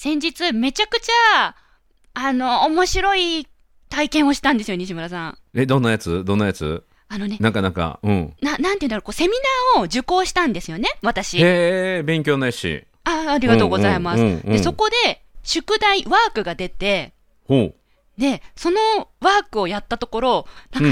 先日めちゃくちゃ、面白い体験をしたんですよ、西村さん。 どんなやつなかなか、 なんていうんだろう、セミナーを受講したんですよね、私。 へえ、勉強熱心。 ありがとうございます。で、そこで、宿題、ワークが出て、で、そのワークをやったところ、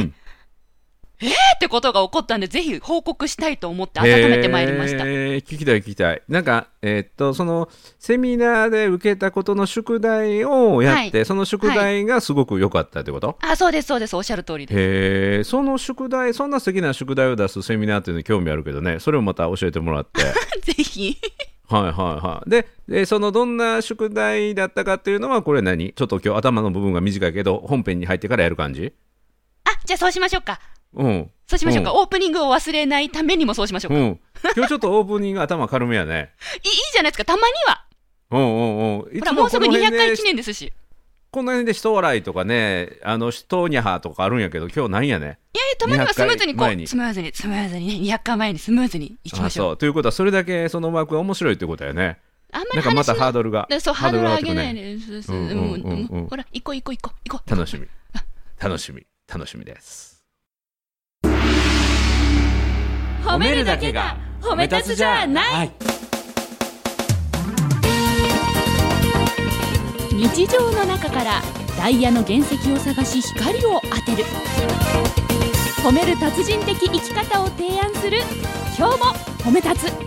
ってことが起こったんで、ぜひ報告したいと思って温めてまいりました。 聞きたい。なんか、そのセミナーで受けたことの宿題をやって、その宿題がすごく良かったってこと？ そうです、おっしゃる通りです。 へえ、その宿題、そんな素敵な宿題を出すセミナーっていうの興味あるけどね、それをまた教えてもらって。 ぜひ。 で、そのどんな宿題だったかっていうのは、これちょっと今日頭の部分が短いけど、本編に入ってからやる感じ？ じゃあそうしましょうか。そうしましょうか、オープニングを忘れないためにもそうしましょうか。 今日ちょっとオープニング頭軽めやね。 いいじゃないですか、たまには。ほら、もうすぐ200回記念ですし。 この辺で人笑いとかね、人にゃはとかあるんやけど、今日なんやね。 たまにはスムーズにスムーズにね、200回前にスムーズにいきましょう。 ということは、それだけそのワークが面白いってことやね。なんかまたハードルが。 ハードル上げないです。ほら、行こう。 楽しみです。 褒めるだけが褒め立つじゃない。日常の中からダイヤの原石を探し光を当てる。褒める達人的生き方を提案する。今日も褒め立つ。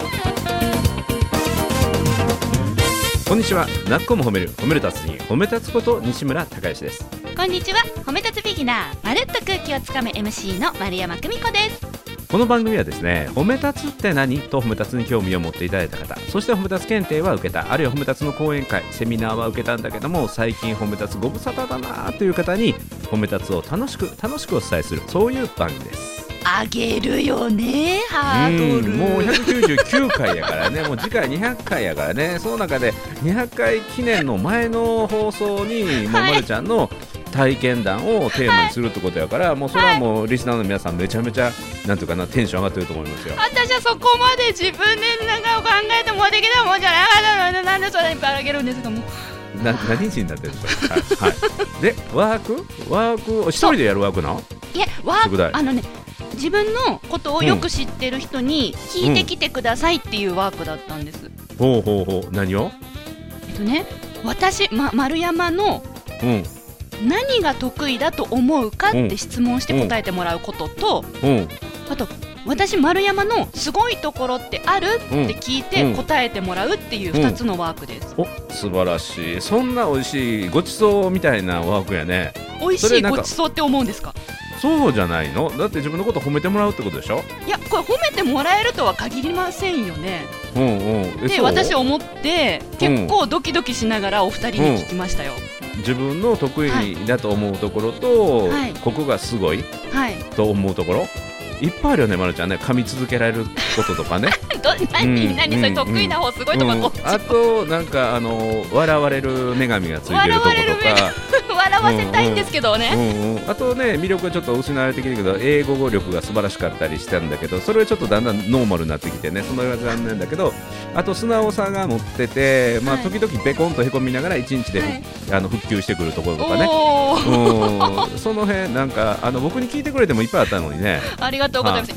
こんにちは。なっこも褒める達人、褒め立つこと西村孝之です。 こんにちは。褒め立つビギナー、まるっと空気をつかむ MC の丸山久美子です。 この番組はですね、褒め立つって何と褒め立つに興味を持っていただいた方、そして褒め立つ検定は受けた、あるいは褒め立つの講演会、セミナーは受けたんだけども、最近褒め立つご無沙汰だなという方に褒め立つを楽しくお伝えする、そういう番組です。 あげるよね、ハードル。 もう199回やからね、もう次回200回やからね、その中で200回記念の前の放送にもうまるちゃんの体験談をテーマにするってことやから、もうそれはもうリスナーの皆さんめちゃめちゃなんていうかな、テンション上がってると思いますよ。 私はそこまで自分でなんか考えてもできたもんじゃなかったので、なんでそれいっぱいあげるんですか。もう何日になってるんですか。で、ワークを一人でやるワークな。 いや、ワーク自分のことをよく知ってる人に聞いてきてくださいっていうワークだったんです。 何を？ 私、丸山の何が得意だと思うかって質問して答えてもらうことと、あと私丸山のすごいところってあるって聞いて答えてもらうっていう2つのワークです。 素晴らしい。そんな美味しいごちそうみたいなワークやね。 美味しいごちそうって思うんですか？ そうじゃないの？だって自分のこと褒めてもらうってことでしょ？ いや、これ褒めてもらえるとは限りませんよね。で、私思って結構ドキドキしながらお二人に聞きましたよ。 自分の得意だと思うところと、ここがすごいと思うところ、いっぱいあるよね、まるちゃんね。噛み続けられることとかね。 何それ、得意な方すごいとか、こっち。 あとなんか笑われる女神がついてるところとか。 笑わせたいんですけどね。 あとね、魅力がちょっと失われてきてるけど、英語語力が素晴らしかったりしたんだけど、それはちょっとだんだんノーマルになってきてね、その辺は残念だけど、あと素直さが持ってて、時々ペコンとへこみながら1日で、復旧してくるところとかね。その辺なんか僕に聞いてくれてもいっぱいあったのにね。 ありがとうございます。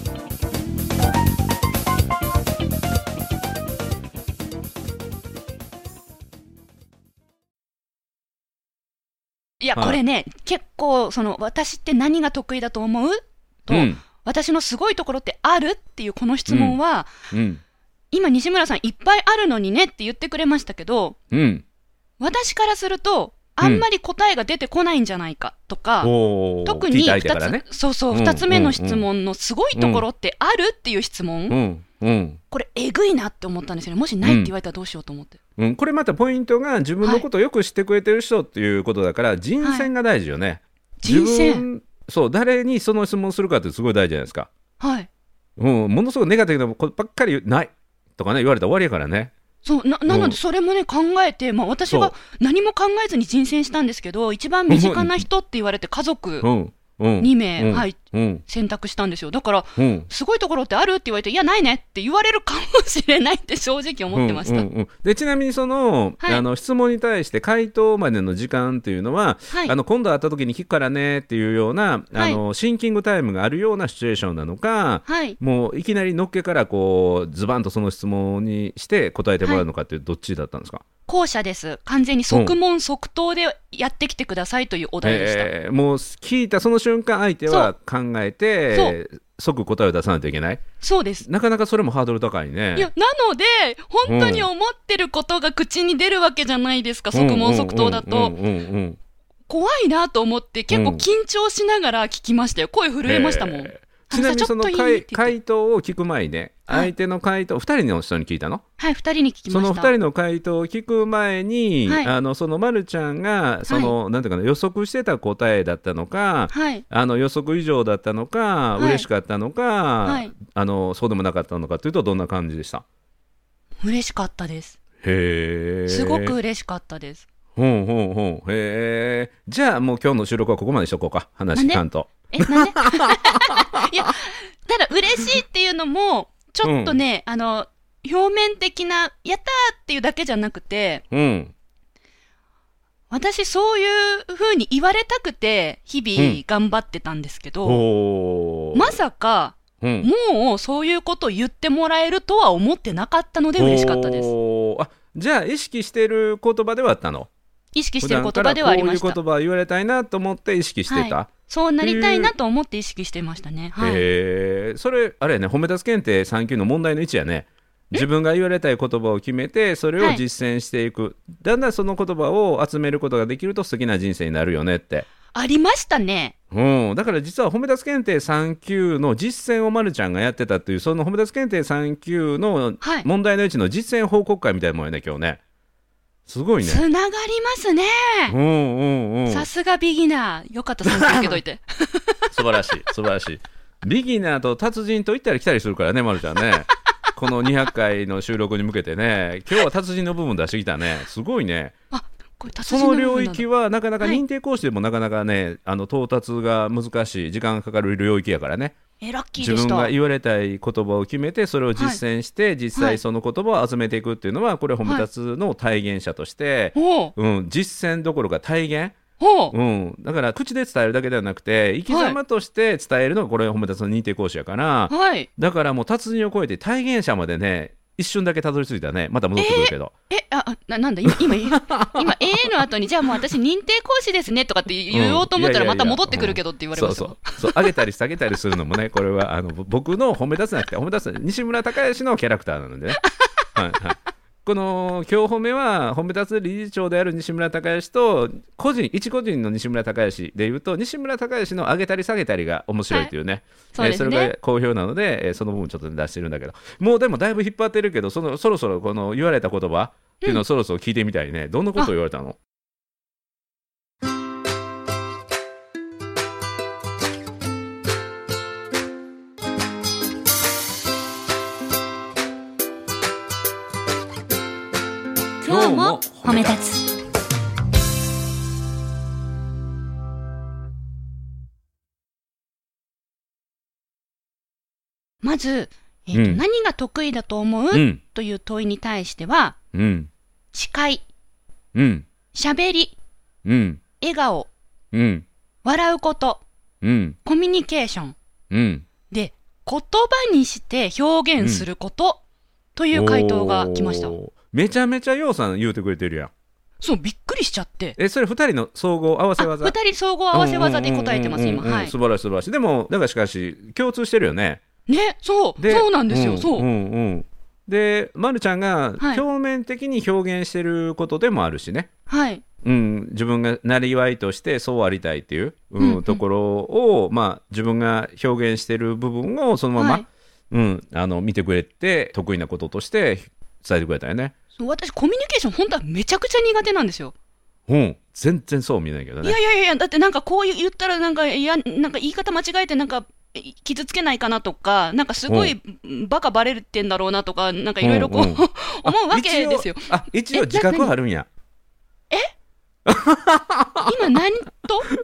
いや、これね、結構私って何が得意だと思うと、私のすごいところってあるっていうこの質問は、今西村さんいっぱいあるのにねって言ってくれましたけど、私からするとあんまり答えが出てこないんじゃないかとか、特に2つ目の質問のすごいところってあるっていう質問、これえぐいなって思ったんですよね。もしないって言われたらどうしようと思って。これまたポイントが自分のことをよく知ってくれてる人っていうことだから、人選が大事よね。 人選、 誰にその質問するかってすごい大事じゃないですか。ものすごいネガティブなことばっかりないとかね、言われたら終わりやからね。 なのでそれもね考えて、私は何も考えずに人選したんですけど、一番身近な人って言われて家族 2名、はい、選択したんですよ。だから、すごいところってあるって言われて、いや、ないねって言われるかもしれないって正直思ってました。 でちなみにその、質問に対して回答までの時間っていうのは、今度会った時に聞くからねっていうようなシンキングタイムがあるようなシチュエーションなのか、もういきなりのっけからこうズバンとその質問にして答えてもらうのかっていう、どっちだったんですか？ 後者です。完全に即問即答でやってきてくださいというお題でした。 もう聞いたその瞬間相手は考えて即答えを出さないといけない。 そうです。 なかなかそれもハードル高いね。 いや、なので本当に思ってることが口に出るわけじゃないですか、即問即答だと。怖いなと思って結構緊張しながら聞きましたよ。声震えましたもん。 ちなみにその回答を聞く前にね、相手の回答、2人の人に聞いたの？はい、2人に聞きました。その2人の回答を聞く前に、そのまるちゃんがなんていうかな、予測してた答えだったのか、予測以上だったのか、嬉しかったのか、そうでもなかったのかというと、どんな感じでした？ 嬉しかったです。 へー、 すごく嬉しかったです。 へー。じゃあもう今日の収録はここまでしとこうか、話ちゃんと。 なんでいや、ただ嬉しいっていうのもちょっとね、表面的なやったーっていうだけじゃなくて、私そういう風に言われたくて日々頑張ってたんですけど、まさか、もうそういうことを言ってもらえるとは思ってなかったので嬉しかったです。 じゃあ意識してる言葉ではあったの？ 意識してる言葉ではありました。 こういう言葉を言われたいなと思って意識してた、 そうなりたいなと思って意識してましたね。 それあれやね、褒め立つ検定3級の問題の1やね。自分が言われたい言葉を決めてそれを実践していく、だんだんその言葉を集めることができると素敵な人生になるよねってありましたね。 だから実は褒め立つ検定3級の実践をまるちゃんがやってたっていう、その褒め立つ検定3級の問題の1の実践報告会みたいなもんやね今日ね。すごいね。 つながりますね。さすがビギナー。よかった、3級受けといて。 素晴らしい素晴らしい。ビギナーと達人と行ったり来たりするからね、まるちゃんね。この200回の収録に向けてね、今日は達人の部分出してきたね。すごいね。 これ達人の部分なんだ。 その領域はなかなか認定講師でもなかなかね、到達が難しい、時間がかかる領域やからね。 ラッキーでした。 自分が言われたい言葉を決めてそれを実践して、実際その言葉を集めていくっていうのは、これ褒め立つの体現者として、実践どころか体現、だから口で伝えるだけではなくて生き様として伝えるのがこれ褒め立つの認定講師やから、だからもう達人を超えて体現者までね、一瞬だけたどり着いたね。また戻ってくるけど、 なんだ今 A の後にじゃあもう私認定講師ですねとかって言おうと思ったらまた戻ってくるけどって言われました。 そう上げたり下げたりするのもね、これは僕の褒め立つなくて、褒め立つ西村孝之のキャラクターなのでね。この今日褒めは褒め立つ理事長である西村孝之と一個人の西村孝之でいうと、西村孝之の上げたり下げたりが面白いというね、それが好評なので、その部分ちょっと出してるんだけど、もうでもだいぶ引っ張ってるけど、そろそろこの言われた言葉っていうのをそろそろ聞いてみたいね。どんなことを言われたの？ 今日も褒め立つ。まず、何が得意だと思う、という問いに対しては、司会、喋り、笑顔、笑うこと、コミュニケーション、で言葉にして表現すること、という回答が来ました。 めちゃめちゃようさん言うてくれてるやん。 そう、びっくりしちゃって。 それ2人の総合合わせ技。 2人総合合わせ技で答えてます今。 素晴らしい素晴らしい。でもだからしかし共通してるよね。 そうなんですよ。 で、まるちゃんが表面的に表現してることでもあるしね。自分がなりわいとしてそうありたいっていう、ところを、自分が表現してる部分をそのまま、見てくれて得意なこととして伝えてくれたよね。 私コミュニケーション本当はめちゃくちゃ苦手なんですよ。 全然そう見えないけどね。 いやだってなんかこう言ったらなんか言い方間違えてなんか傷つけないかなとか、なんかすごいバカバレてんだろうなとか、なんかいろいろこう思うわけですよ。 一応自覚あるんや。 今何と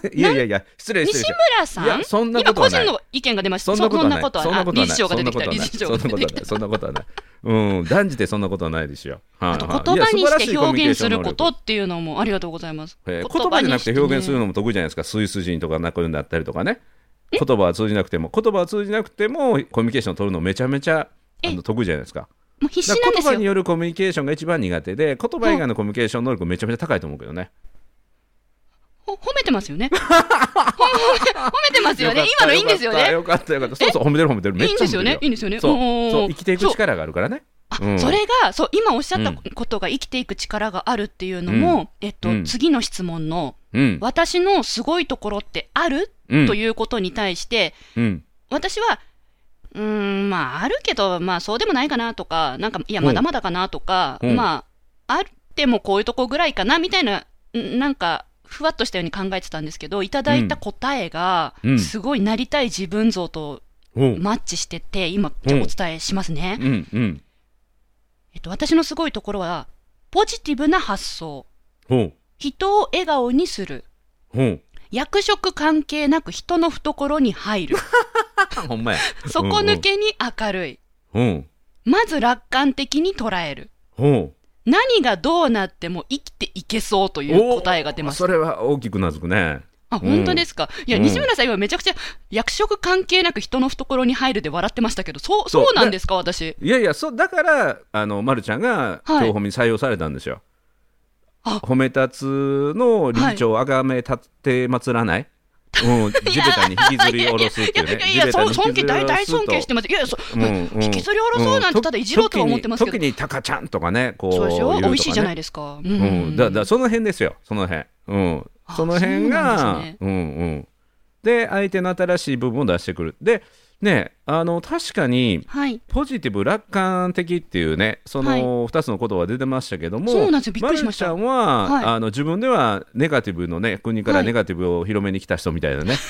いやいやいや、失礼。 西村さん、 いや、そんなことはない。 今個人の意見が出ました。 そんなことはない。 そんなことはない。理事長が出てきた。 そんなことはない。断じてそんなことはないですよ。 あと言葉にして表現することっていうのもありがとうございます。 言葉じゃなくて表現するのも得意じゃないですか。スイス人とか仲良くなったりとかね。言葉は通じなくてもコミュニケーションを取るのめちゃめちゃ得意じゃないですか。 もう必死なんですよ。 言葉によるコミュニケーションが一番苦手で、言葉以外のコミュニケーション能力めちゃめちゃ高いと思うけどね。 褒めてますよね。褒めてますよね。今のいいんですよね。 よかった。そう褒めてる。めっちゃ褒めてるよ。 いいんですよね。 そう生きていく力があるからね。 それが今おっしゃったことが生きていく力があるっていうのも、次の質問の、私のすごいところってある、ということに対して、私はまああるけど、まあそうでもないかなとか、なんかいやまだまだかなとか、まああってもこういうとこぐらいかなみたいな、なんかふわっとしたように考えてたんですけど、いただいた答えがすごいなりたい自分像とマッチしてて、今じゃあお伝えしますね。私のすごいところはポジティブな発想、人を笑顔にする、役職関係なく人の懐に入るほんまや。 底抜けに明るい、まず楽観的に捉える、何がどうなっても生きていけそうという答えが出ました。 それは大きくなずくね。 本当ですか。いや、西村さん今めちゃくちゃ役職関係なく人の懐に入るで笑ってましたけど、そうなんですか。私いやだからまるちゃんが今日褒めに採用されたんですよ。褒め立つの理事長をあがめ立って祭らない、地べたに引きずり下ろすっていうね。 いや大尊敬してます。いや引きずり下ろそうなんてただいじろうとは思ってますけど、 特にタカちゃんとかね、こうそうでしょ、美味しいじゃないですか。 だその辺ですよ。その辺がで相手の新しい部分を出してくる。でね、確かにポジティブ楽観的っていうね、その2つの言葉が出てましたけども、 そうなんですよ、びっくりしました。 まるちゃんは自分ではネガティブのね、国からネガティブを広めに来た人みたいなね、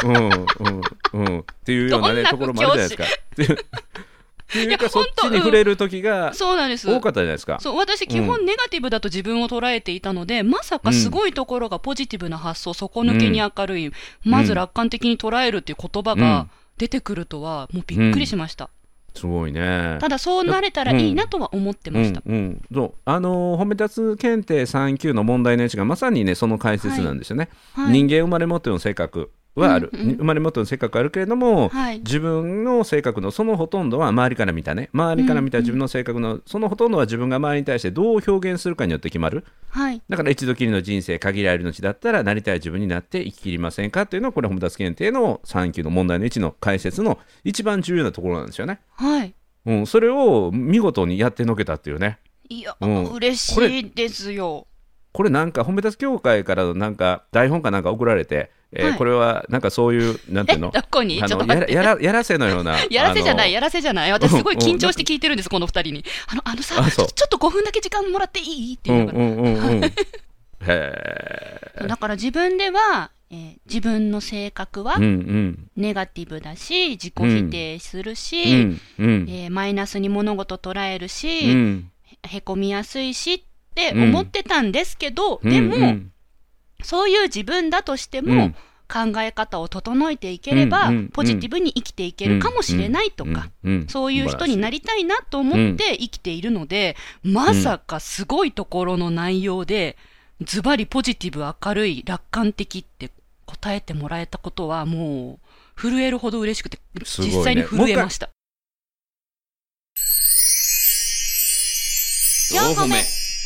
っていうようなねところもあるじゃないですか。っていうか、そっちに触れる時が多かったじゃないですか。 私基本ネガティブだと自分を捉えていたので、まさかすごいところがポジティブな発想、底抜けに明るい、まず楽観的に捉えるっていう言葉が出てくるとはもうびっくりしました。 すごいね。 ただそうなれたらいいなとは思ってました。 褒め立つ検定3級の問題の位置がまさにねその解説なんですよね。人間生まれ持っての性格はある、生まれ持っての性格あるけれども、自分の性格のそのほとんどは周りから見た自分の性格のそのほとんどは自分が周りに対してどう表現するかによって決まる。だから一度きりの人生、限られる命だったらなりたい自分になって生き切りませんかというのは、これ褒め立つ検定の3級の問題の位置の解説の一番重要なところなんですよね。それを見事にやってのけたっていうね。 いや、嬉しいですよ。 これなんか褒め立つ協会からのなんか台本かなんか送られて、これはなんかそういうなんていうの、 どこにちょっと待って、 やらせのようなやらせじゃない。私すごい緊張して聞いてるんです、この2人に。さちょっと5分だけ時間もらっていいっていうのが、だから自分では、自分の性格はネガティブだし、自己否定するし、マイナスに物事捉えるし、へこみやすいしって思ってたんですけど、でもそういう自分だとしても、考え方を整えていければ、ポジティブに生きていけるかもしれないとか、そういう人になりたいなと思って生きているので、まさかすごいところの内容でズバリポジティブ、明るい、楽観的って答えてもらえたことはもう震えるほど嬉しくて、実際に震えました。4個目。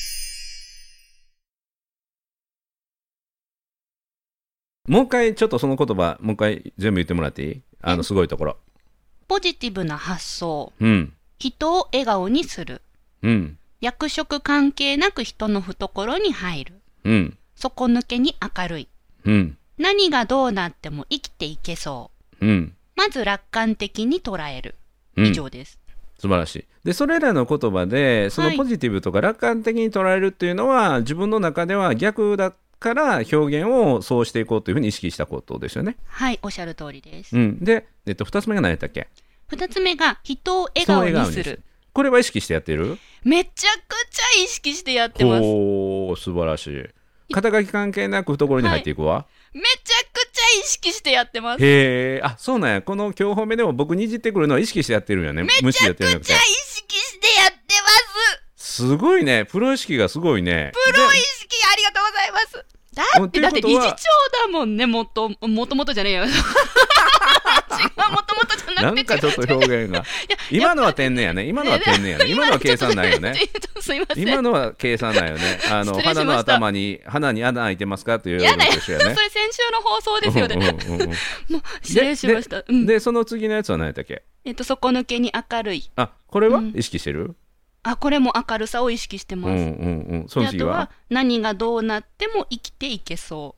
もう一回ちょっとその言葉もう一回全部言ってもらっていい？すごいところ。 ポジティブな発想、人を笑顔にする、役職関係なく人の懐に入る、底抜けに明るい、何がどうなっても生きていけそう、まず楽観的に捉える、以上です。 素晴らしい。でそれらの言葉でそのポジティブとか楽観的に捉えるっていうのは、自分の中では逆だから表現をそうしていこうというふうに意識したことですよね。 はい、おっしゃる通りです。 で、2つ目が何やったっけ ？2つ目が人を笑顔にする。 これは意識してやってる？ めちゃくちゃ意識してやってます。 素晴らしい。肩書き関係なく懐に入っていくわ。 めちゃ識してやってます。 へえ、あ、そうなんや。この今日褒めでも僕にじってくるのは意識してやってるんやね。 めちゃくちゃ意識してやってます。 すごいね。プロ意識がすごいね。 プロ意識ありがとうございます。だって理事長だもんね。もともとじゃねえよ。違う、もともとじゃなくて、 なんかちょっと表現が今のは天然やね。今のは天然やね。今のは計算ないよね。 すいません、 今のは計算ないよね。鼻の頭に鼻に穴開いてますかっていうのと一緒やね。 それ先週の放送ですよね。もう失礼しました。 でその次のやつは何やったっけ。 底抜けに明るい。 あ、これは意識してる。 あ、これも明るさを意識してます。 その次は、 あとは何がどうなっても生きていけそう。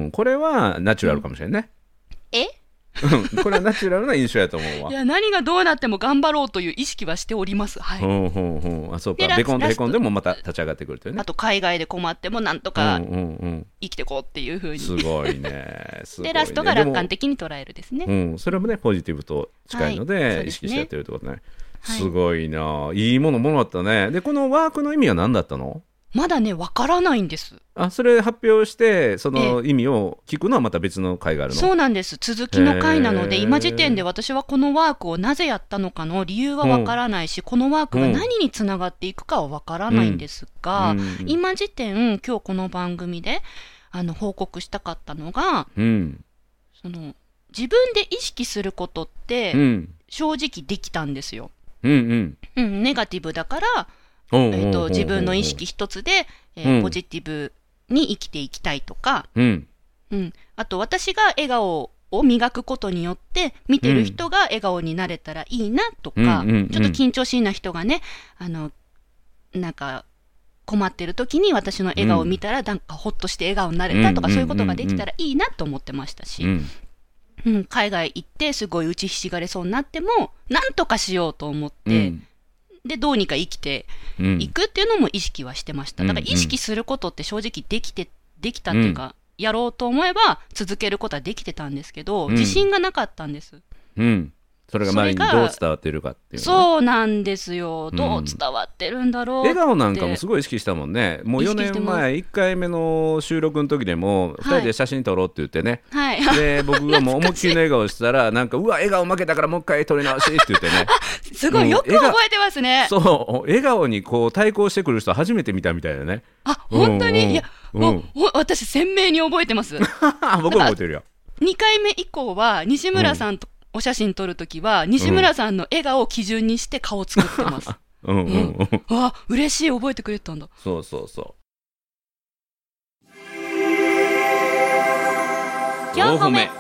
これはナチュラルかもしれんね。これはナチュラルな印象やと思うわ。 いや、何がどうなっても頑張ろうという意識はしております。はい。 あ、そうか。ベコンとへこんでもまた立ち上がってくるというね。 あと海外で困ってもなんとか生きていこうっていう風に。 すごいね。 でラストが楽観的に捉えるですね。 それもねポジティブと近いので意識してやってるってことね。すごいな。いいものもらったね。でこのワークの意味は何だったの。 まだね、わからないんです。 あ、それ発表してその意味を聞くのはまた別の回があるの。 そうなんです。続きの回なので、今時点で私はこのワークをなぜやったのかの理由はわからないし、このワークが何につながっていくかはわからないんですが、今時点、今日この番組で報告したかったのが、その自分で意識することって正直できたんですよ。ネガティブだから自分の意識一つで、ポジティブに生きていきたいとか、あと私が笑顔を磨くことによって見てる人が笑顔になれたらいいなとか、ちょっと緊張しいな人がね、なんか困ってる時に私の笑顔を見たらなんかほっとして笑顔になれたとか、そういうことができたらいいなと思ってましたし、海外行ってすごい打ちひしがれそうになってもなんとかしようと思って、でどうにか生きていくっていうのも意識はしてました。だから意識することって正直できたっていうか、やろうと思えば続けることはできてたんですけど、自信がなかったんです。 それが周りにどう伝わってるかっていう、ね、 そうなんですよ。どう伝わってるんだろうって、 笑顔なんかもすごい意識したもんね。もう4年前1回目の収録の時でも2人で写真撮ろうって言ってね、で僕がもう思いっきりの笑顔したらなんかうわ笑顔負けたからもう一回撮り直しって言ってねすごいよく覚えてますね。 そう笑顔にこう対抗してくる人初めて見たみたいだね。 あ、本当に。いや、私鮮明に覚えてます僕も覚えてるよ。 2回目以降は西村さんとお写真撮るときは西村さんの笑顔を基準にして顔作ってます。わ、嬉しい、覚えてくれたんだ。 そうそうそう。 4歩目。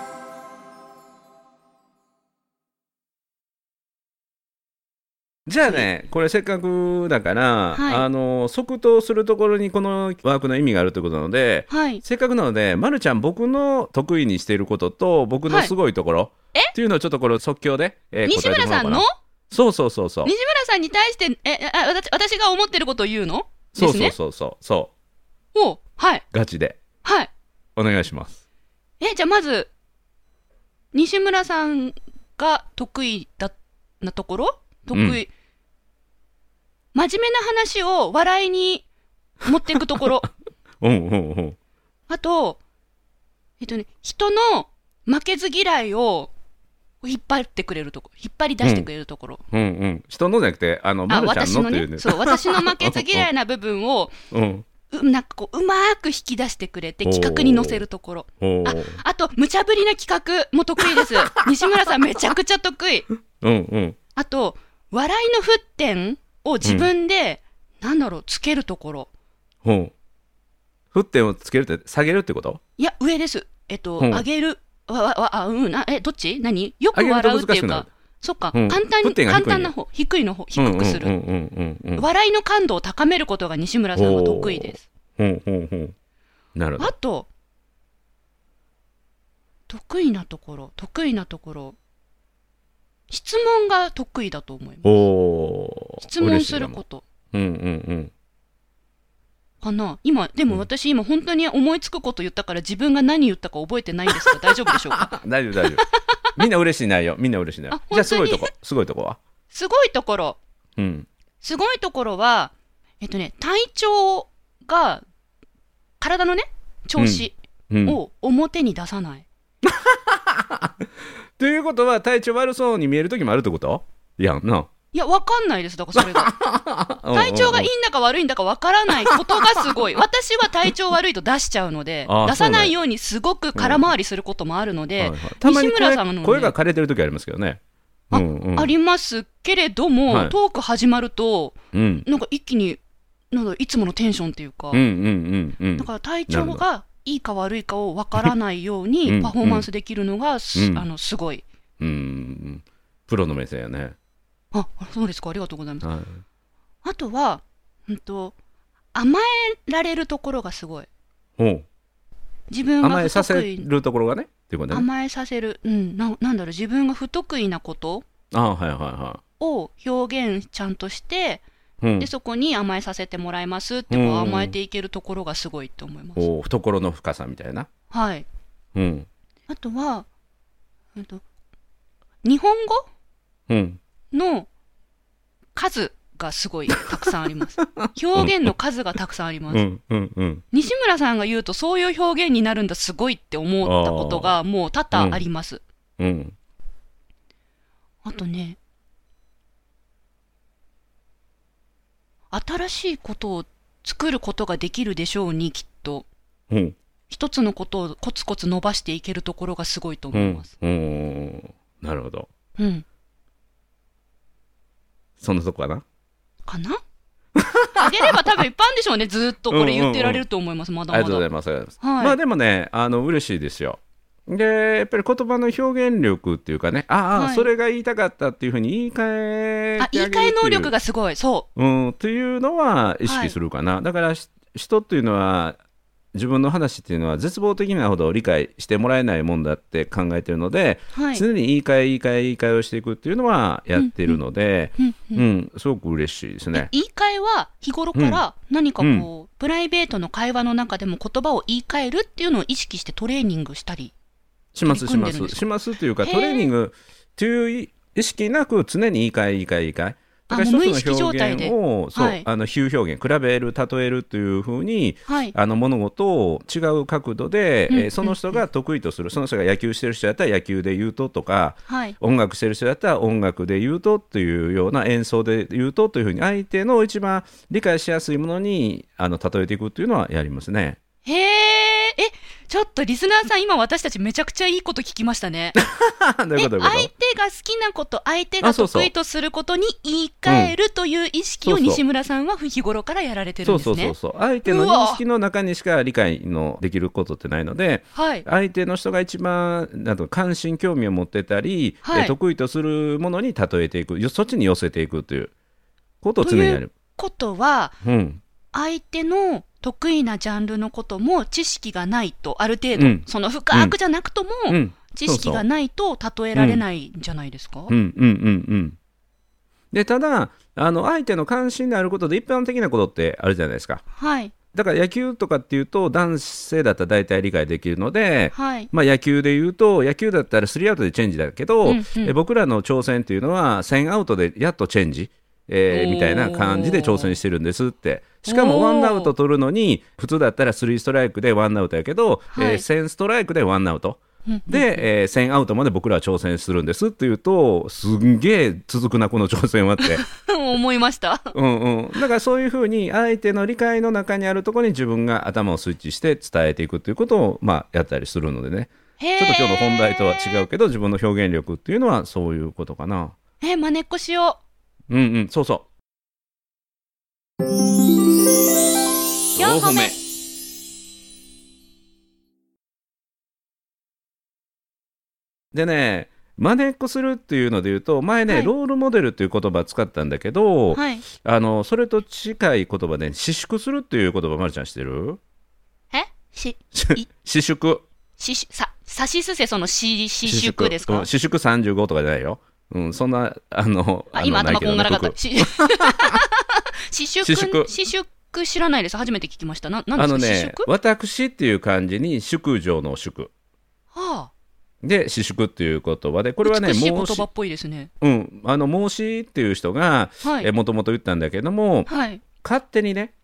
じゃあね、これせっかくだから、即答するところにこのワークの意味があるということなので、せっかくなので、まるちゃん僕の得意にしていることと僕のすごいところっていうのをちょっとこれ即興で、 西村さんのそう西村さんに対して私が思ってることを言うのですね。そうお、はい、 ガチでお願いします。 じゃあまず西村さんが得意なところ、真面目な話を笑いに持っていくところあと人の負けず嫌いを引っ張ってくれるところ、引っ張り出してくれるところ、 人のじゃなくてまるちゃんのっていうね。 そう、私の負けず嫌いな部分をなんかこううまく引き出してくれて企画に載せるところ。あと無茶ぶりな企画も得意です西村さんめちゃくちゃ得意。あと笑いの沸点を自分で、つけるところ。 沸点をつけるって下げるってこと？ いや、上です。上げる。どっち？何？よく笑うっていうか。そっか。簡単な方。低いの方。低くする。笑いの感度を高めることが西村さんは得意です。 なるほど。 あと、得意なところ。質問が得意だと思います。質問すること。かな。でも私今本当に思いつくこと言ったから自分が何言ったか覚えてないんですが大丈夫でしょうか？ 大丈夫。みんな嬉しいないよ。じゃあすごいとこは？すごいところ。すごいところは体調が体のね調子を表に出さない。 ということは体調悪そうに見える時もあるってことやんな。 いや、わかんないです。だからそれが体調がいいんだか悪いんだかわからないことがすごい。私は体調悪いと出しちゃうので、出さないようにすごく空回りすることもあるので、 たまに西村さんの、ね、 声が枯れてる時ありますけどね。 ありますけれども、はい、トーク始まると、なんか一気にいつものテンションっていうか、だから体調がいいか悪いかを分からないようにパフォーマンスできるのがすごい。 プロの目線やね。 そうですか、ありがとうございます。はい、あとは、甘えられるところがすごい。自分が甘えさせるところがねっていうことね。 甘えさせる、なんだろう、自分が不得意なことを表現ちゃんとして、でそこに甘えさせてもらいますって甘えていけるところがすごいと思います。 懐の深さみたいな。 はい。あとは、日本語、の数がすごいたくさんあります。表現の数がたくさんあります。西村さんが言うとそういう表現になるんだ、すごいって思ったことがもう多々あります。あとね、新しいことを作ることができるでしょうに、きっと。一つのことをコツコツ伸ばしていけるところがすごいと思います。 なるほど。そんなとこかなあげれば多分いっぱいあるんでしょうね。ずっとこれ言ってられると思います。まだまだ。 ありがとうございます。まあでもね、嬉しいですよ。でやっぱり言葉の表現力っていうかね、それが言いたかったっていうふうに言い換えてあげるっていう言い換え能力がすごい。 っていうのは意識するかな。だから人っていうのは自分の話っていうのは絶望的なほど理解してもらえないもんだって考えてるので、常に言い換えをしていくっていうのはやってるので、すごく嬉しいですね。 言い換えは日頃から何かこう、プライベートの会話の中でも言葉を言い換えるっていうのを意識してトレーニングしたりしますというか、トレーニングという意識なく常に言い換えだから一つの表現を比喩表現、比べる、例えるというふうに、物事を違う角度で、その人が得意とする、その人が野球してる人だったら野球で言うととか、音楽してる人だったら音楽で言うとというような、演奏で言うとというふうに相手の一番理解しやすいものに例えていくというのはやりますね。 ちょっとリスナーさん、今私たちめちゃくちゃいいこと聞きましたね。 どういうこと？ 相手が好きなこと、相手が得意とすることに言い換えるという意識を西村さんは日頃からやられてるんですね。 相手の認識の中にしか理解のできることってないので、相手の人が一番関心興味を持ってたり、得意とするものに例えていく、そっちに寄せていくということを常にやる。ということは、相手の得意なジャンルのことも知識がないと、ある程度、その深くじゃなくとも、知識がないと例えられないんじゃないですか。 でただ相手の関心であることで一般的なことってあるじゃないですか。だから野球とかっていうと男性だったら大体理解できるので、野球でいうと野球だったら3アウトでチェンジだけど、僕らの挑戦っていうのは1000アウトでやっとチェンジ、みたいな感じで挑戦してるんですって。しかもワンアウト取るのに普通だったら3ストライクでワンアウトやけど、1000ストライクでワンアウトで、1000アウトまで僕らは挑戦するんですっていうと、すんげえ続くなこの挑戦はって思いました。 だからそういうふうに相手の理解の中にあるところに自分が頭をスイッチして伝えていくということを、やったりするのでね。ちょっと今日の本題とは違うけど、自分の表現力っていうのはそういうことかな。 真似っこしよう。そうそう。 4歩目。 でね、真似っこするっていうので言うと、前ね、ロールモデルっていう言葉使ったんだけど、それと近い言葉で、私淑するっていう言葉、まるちゃん知ってる？私淑。 さしすせその私淑ですか？ 私淑35とかじゃないよ。そんな今頭こんがらかった。私淑知らないです。初めて聞きました。なんですか？ 私っていう漢字に淑女の淑。で私淑っていう言葉で、これはね、 美しい言葉っぽいですね。 孟子っていう人がもともと言ったんだけども、勝手にね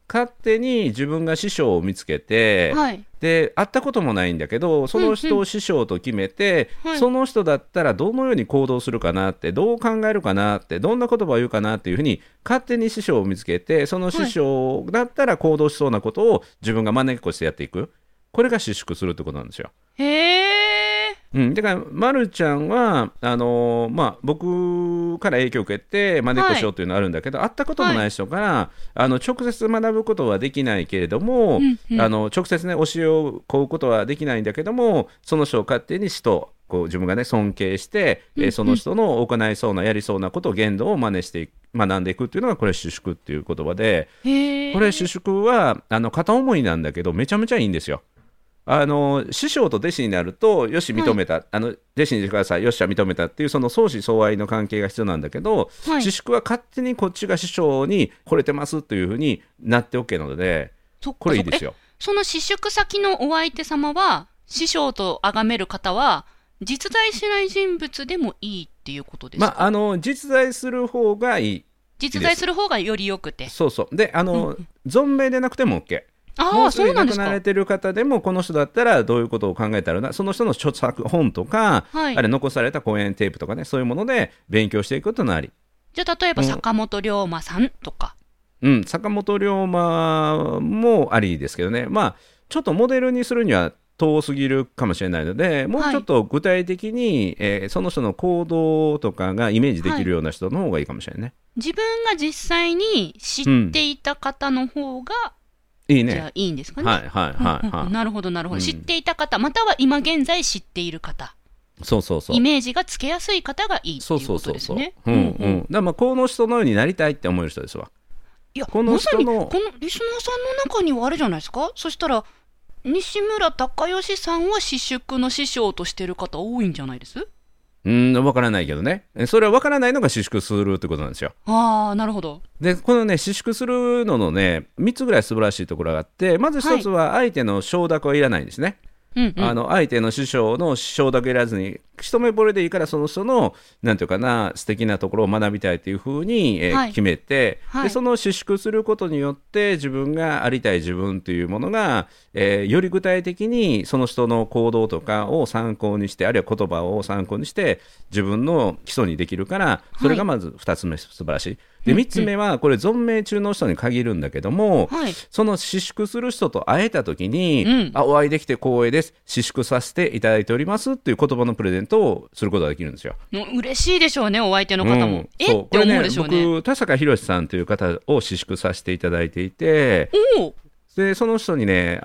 勝手に自分が師匠を見つけて、 はい、 で会ったこともないんだけどその人を師匠と決めて、その人だったらどのように行動するかなって、どう考えるかなって、どんな言葉を言うかなっていうふうに勝手に師匠を見つけて、その師匠だったら行動しそうなことを自分が真似っこしてやっていく、これが私淑するってことなんですよ。 へー。 だから、まるちゃんは僕から影響を受けて真似っこしようというのがあるんだけど、会ったこともない人から、直接学ぶことはできないけれども、直接ね教えを請うことはできないんだけども、その人を勝手にこう自分がね尊敬して、その人の行いそうなやりそうなことを言動を真似して学んでいくっていうのがこれ私淑っていう言葉で、これ私淑は片思いなんだけどめちゃめちゃいいんですよ。師匠と弟子になるとよし認めた、弟子にしてくださいよっしゃ認めたっていうその相思相愛の関係が必要なんだけど、私淑は勝手にこっちが師匠に惚れてますというふうになって OK なので、これいいですよ。 その私淑先のお相手様は、師匠と崇める方は実在しない人物でもいいっていうことですか？ 実在する方がいい。 実在する方がよりよくて、 そうそう。で存命でなくても OK。もうすでに亡くなられてる方でもこの人だったらどういうことを考えたらな、その人の著作本とか、あれ残された講演テープとかね、そういうもので勉強していくことのあり。 じゃあ例えば坂本龍馬さんとか、 坂本龍馬もありですけどね、ちょっとモデルにするには遠すぎるかもしれないので、もうちょっと具体的に、その人の行動とかがイメージできるような人の方がいいかもしれないね。 自分が実際に知っていた方の方が、 いいね。 じゃあいいんですかね。なるほどなるほど、知っていた方または今現在知っている方、イメージがつけやすい方がいいっていうことですね。 だからこの人のようになりたいって思える人ですわ。 いやまさにこのリスナーさんの中にはあるじゃないですか。そしたら西村隆義さんは私淑の師匠としてる方多いんじゃないです？ 分からないけどね、それは分からないのが私淑するってことなんですよ。 なるほど。 でこのね私淑するののね3つぐらい素晴らしいところがあって、まず1つは相手の承諾はいらないんですね。相手の師匠の承諾いらずに一目惚れでいいから、その人のなんていうかな素敵なところを学びたいというふうに、決めて、でその私淑することによって自分がありたい自分というものが、より具体的にその人の行動とかを参考にして、あるいは言葉を参考にして自分の基礎にできるから、それがまず2つ目素晴らしい。で3つ目はこれ存命中の人に限るんだけども、その私淑する人と会えた時に、お会いできて光栄です、私淑させていただいておりますっていう言葉のプレゼントをすることができるんですよ。嬉しいでしょうね、お相手の方も。って思うでしょうね。 僕田坂宏さんという方を私淑させていただいていて、でその人にね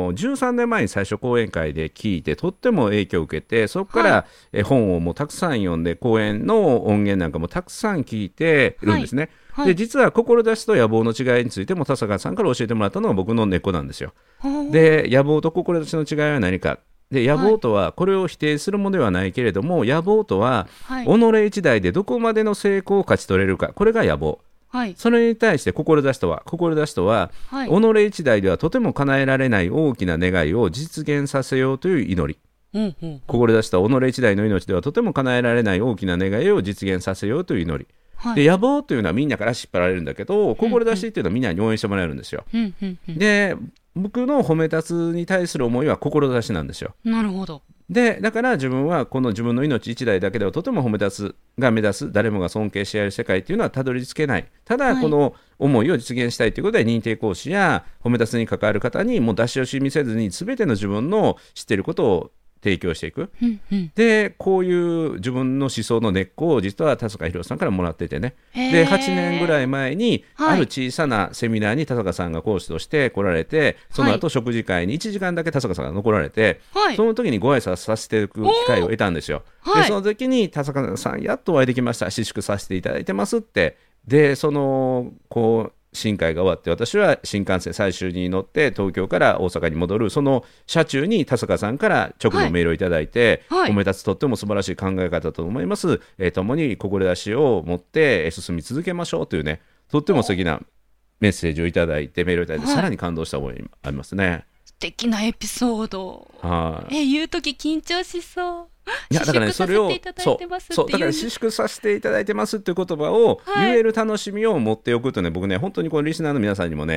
13年前に最初講演会で聞いてとっても影響を受けて、そこから、本をもうたくさん読んで講演の音源なんかもたくさん聞いてるんですね。で実は志と野望の違いについても田坂さんから教えてもらったのが僕の根っこなんですよ。で野望と志の違いは何か。で野望とはこれを否定するものではないけれども、野望とは、己一代でどこまでの成功を勝ち取れるか、これが野望。それに対して志とは、己一代ではとても叶えられない大きな願いを実現させようという祈り。志とは己一代の命ではとても叶えられない大きな願いを実現させようという祈り。で野望というのはみんなから引っ張られるんだけど、志というのはみんなに応援してもらえるんですよ。で僕の褒め立つに対する思いは志なんですよ。 なるほど。 でだから自分はこの自分の命一代だけではとても褒め立つが目指す誰もが尊敬し合える世界っていうのはたどり着けない。ただこの思いを実現したいということで、認定講師や褒め立つに関わる方にもう出し惜しみせずに全ての自分の知っていることを提供していく。でこういう自分の思想の根っこを実は田坂宏さんからもらっててね。で8年ぐらい前にある小さなセミナーに田坂さんが講師として来られて、その後食事会に1時間だけ田坂さんが残られて、その時にご挨拶させていく機会を得たんですよ。でその時に田坂さんやっとお会いできました、私淑させていただいてますって。でそのこう新会が終わって、私は新幹線最終に乗って東京から大阪に戻るその車中に田坂さんから直のメールをいただいて、褒め立つとっても素晴らしい考え方と思います、共に志を持って進み続けましょうというね、とっても素敵なメッセージをいただいて、メールをいただいて、さらに感動した覚えありますね。 素敵なエピソード。言うとき緊張しそう。 いやだからね、それをだから私淑させていただいてますっていう言葉を言える楽しみを持っておくとね、僕ね本当にこのリスナーの皆さんにもね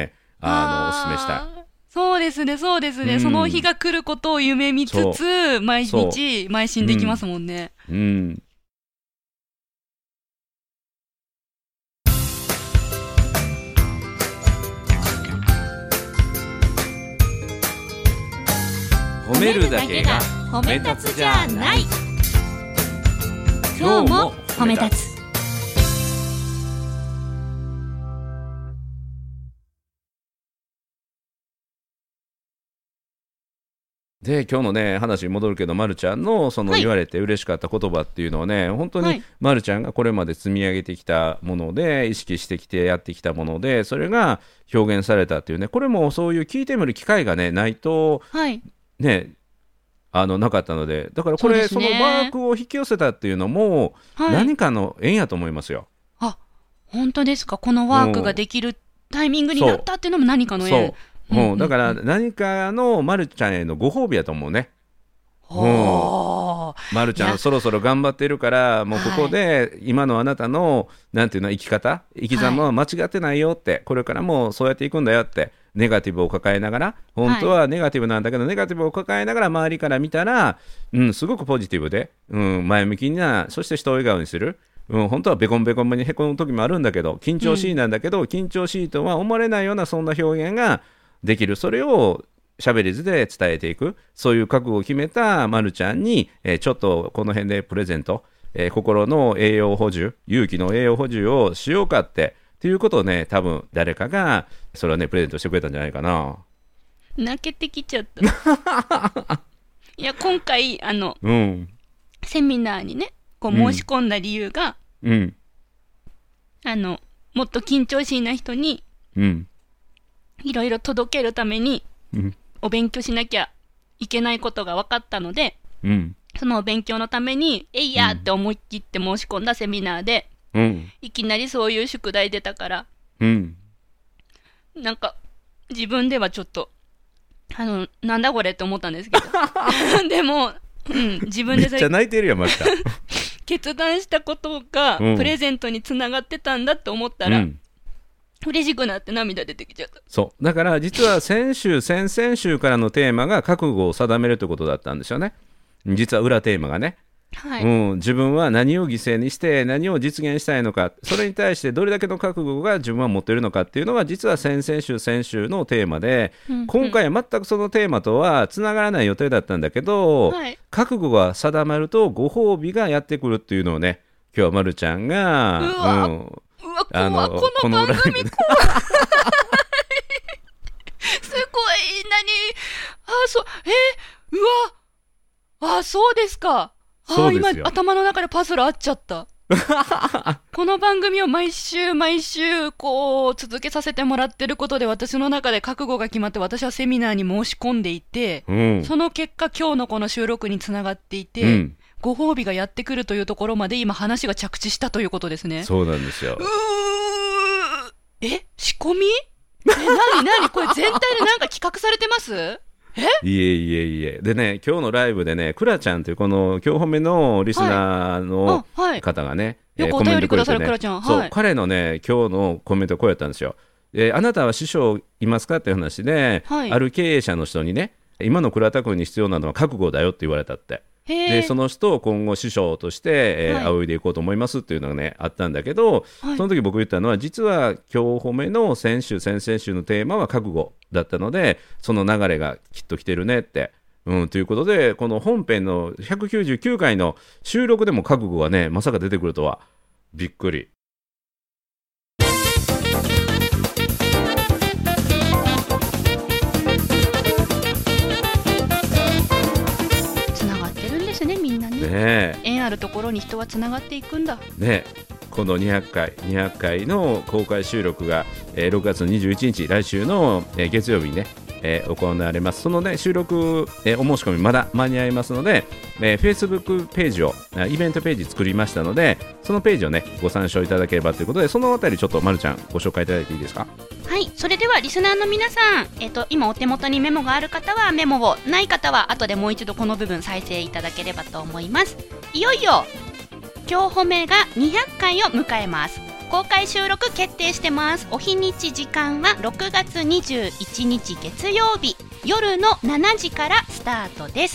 おすすめしたい。 そうですね、そうですね、その日が来ることを夢見つつ、毎日邁進できますもんね。 褒めるだけが褒め立つじゃない。今日も褒め立つ。で今日のね話に戻るけど、まるちゃんのその言われて嬉しかった言葉っていうのはね、本当にまるちゃんがこれまで積み上げてきたもので、意識してきてやってきたもので、それが表現されたっていうね、これもそういう聞いてみる機会がねないと、ねなかったので、だからこれ そのワークを引き寄せたっていうのも何かの縁やと思いますよ。 あ、本当ですか。このワークができるタイミングになったっていうのも何かの縁。だから何かのまるちゃんへのご褒美やと思うね。まるちゃんそろそろ頑張ってるから、もうここで今のあなたのなんていうの生き方、生き様は間違ってないよって、これからもそうやっていくんだよって、ネガティブを抱えながら、本当はネガティブなんだけど、ネガティブを抱えながら周りから見たら、すごくポジティブで、前向きな、そして人を笑顔にする。本当はベコンベコンにへこむ時もあるんだけど、緊張しいなんだけど、緊張しいとは思われないようなそんな表現ができる。それをしゃべり図で伝えていく、そういう覚悟を決めたまるちゃんに、ちょっとこの辺でプレゼント、心の栄養補充、勇気の栄養補充をしようかっていうことをね、多分誰かがそれをねプレゼントしてくれたんじゃないかな。 泣けてきちゃったいや今回セミナーにねこう申し込んだ理由が、もっと緊張しいな人に、いろいろ届けるために、お勉強しなきゃいけないことが分かったので、そのお勉強のためにえいやって思い切って申し込んだセミナーで、いきなりそういう宿題出たから、なんか自分ではちょっとなんだこれって思ったんですけどでも、自分でめっちゃ泣いてるよまた決断したことがプレゼントにつながってたんだって思ったら、嬉しくなって涙出てきちゃった。 そうだから実は先々週からのテーマが覚悟を定めるということだったんですよね。実は裏テーマがね、自分は何を犠牲にして何を実現したいのか、それに対してどれだけの覚悟が自分は持っているのかっていうのが実は先々週のテーマで、今回は全くそのテーマとはつながらない予定だったんだけど、覚悟が定まるとご褒美がやってくるっていうのをね、今日はまるちゃんがこの番組怖いすごいそうですか。今頭の中でパズル合っちゃったこの番組を毎週こう続けさせてもらってることで、私の中で覚悟が決まって、私はセミナーに申し込んでいて、その結果今日のこの収録につながっていて、ご褒美がやってくるというところまで今話が着地したということですね。 そうなんですよ。 仕込み何これ全体でなんか企画されてます？ いえでね、今日のライブでね、クラちゃんというこの今日褒めのリスナーの方がね、 よくお便りくださるクラちゃん、 そう彼のね今日のコメントこうやったんですよ。あなたは師匠いますかっていう話で、ある経営者の人にね、今の倉田君に必要なのは覚悟だよって言われたって。でその人を今後師匠として、仰いでいこうと思いますっていうのがねあったんだけど、その時僕言ったのは、実は今日褒めの先々週のテーマは覚悟だったので、その流れがきっと来てるねって、ということで、この本編の199回の収録でも覚悟がねまさか出てくるとはびっくり。 縁あるところに人はつながっていくんだね。この200回の公開収録が、6月21日来週の、月曜日にね、行われます。そのね収録、お申し込みまだ間に合いますので、Facebook ページをイベントページ作りましたので、そのページをねご参照いただければということで、そのあたりちょっとまるちゃんご紹介いただいていいですか？ はい、それではリスナーの皆さん、今お手元にメモがある方はメモを、ない方は後でもう一度この部分再生いただければと思います。いよいよ今日褒めが200回を迎えます。 公開収録決定してます。お日にち時間は6月21日月曜日夜の7時からスタートです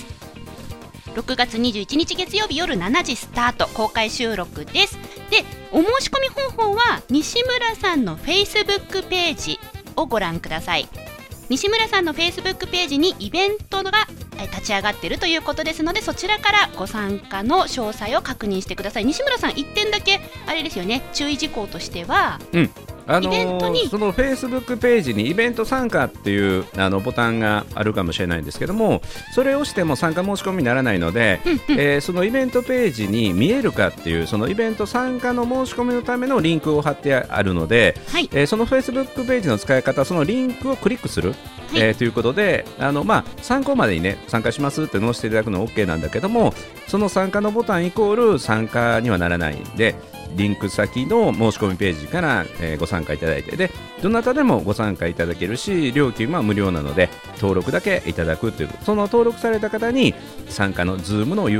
。6月21日月曜日夜7時スタート、公開収録です。で、お申し込み方法は西村さんの Facebook ページをご覧ください。西村さんの Facebook ページにイベントが立ち上がっているということですので、そちらからご参加の詳細を確認してください。西村さん、1点だけあれですよね、注意事項としては、イベントにその Facebook ページにイベント参加っていうボタンがあるかもしれないんですけども、それを押しても参加申し込みにならないので、そのイベントページに見えるかっていう、そのイベント参加の申し込みのためのリンクを貼ってあるので、はい、その Facebook ページの使い方、そのリンクをクリックする、ということで参考までにね、参加しますって載せていただくのは OK なんだけども、その参加のボタンイコール参加にはならないんで、リンク先の申し込みページから、ご参加いただいて、でどなたでもご参加いただけるし、料金は無料なので登録だけいただくという、その登録された方に参加の Zoom の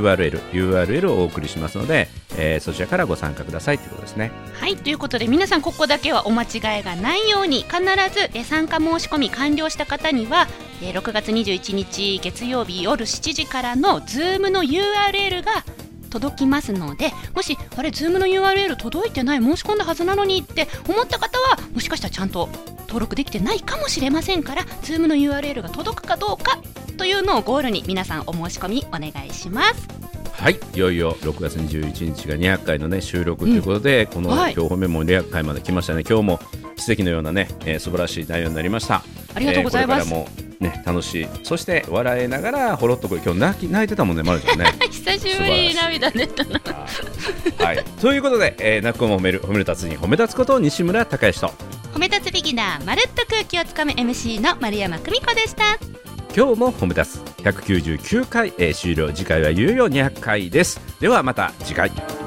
URL をお送りしますので、そちらからご参加くださいということですね。 はい、ということで皆さん、ここだけはお間違いがないように、必ず参加申し込み完了した方には6月21日月曜日夜7時からの Zoom の URL が届きますので、もしあれ Zoom の URL 届いてない、申し込んだはずなのにって思った方は、もしかしたらちゃんと登録できてないかもしれませんから、 Zoom の URL が届くかどうかというのをゴールに皆さんお申し込みお願いします。 はい、いよいよ6月21日が200回の、ね、収録ということで、この、今日褒めも200回まで来ましたね。今日も奇跡のようなね、素晴らしい内容になりました。 ありがとうございます。 これからもね、楽しい、そして笑いながらほろっとくる。今日泣いてたもんね、まるちゃんね久しぶりに涙出たなはい、ということで、泣く子も褒める達人、褒め立つこと西村孝之と褒め立つビギナー、まるっと空気をつかむ MC の丸山久美子でした。 今日も褒め立つ199回、終了。次回はいよいよ200回です。ではまた次回。